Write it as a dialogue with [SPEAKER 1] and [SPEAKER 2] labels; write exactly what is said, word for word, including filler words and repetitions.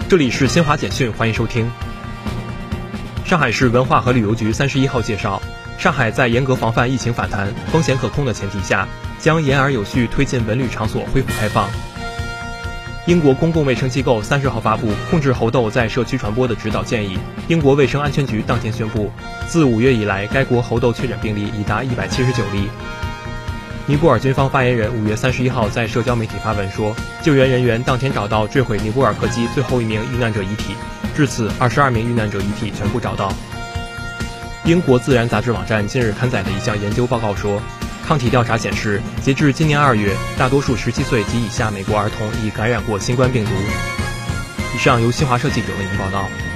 [SPEAKER 1] 这里是新华简讯，欢迎收听。上海市文化和旅游局三十一号介绍，上海在严格防范疫情反弹、风险可控的前提下，将严而有序推进文旅场所恢复开放。英国公共卫生机构三十号发布控制猴痘在社区传播的指导建议。英国卫生安全局当天宣布，自五月以来，该国猴痘确诊病例已达一百七十九例。尼泊尔军方发言人五月三十一号在社交媒体发文说，救援人员当天找到坠毁尼泊尔客机最后一名遇难者遗体，至此二十二名遇难者遗体全部找到。英国自然杂志网站近日刊载的一项研究报告说，抗体调查显示，截至今年二月，大多数十七岁及以下美国儿童已感染过新冠病毒。以上由新华社记者为您报道。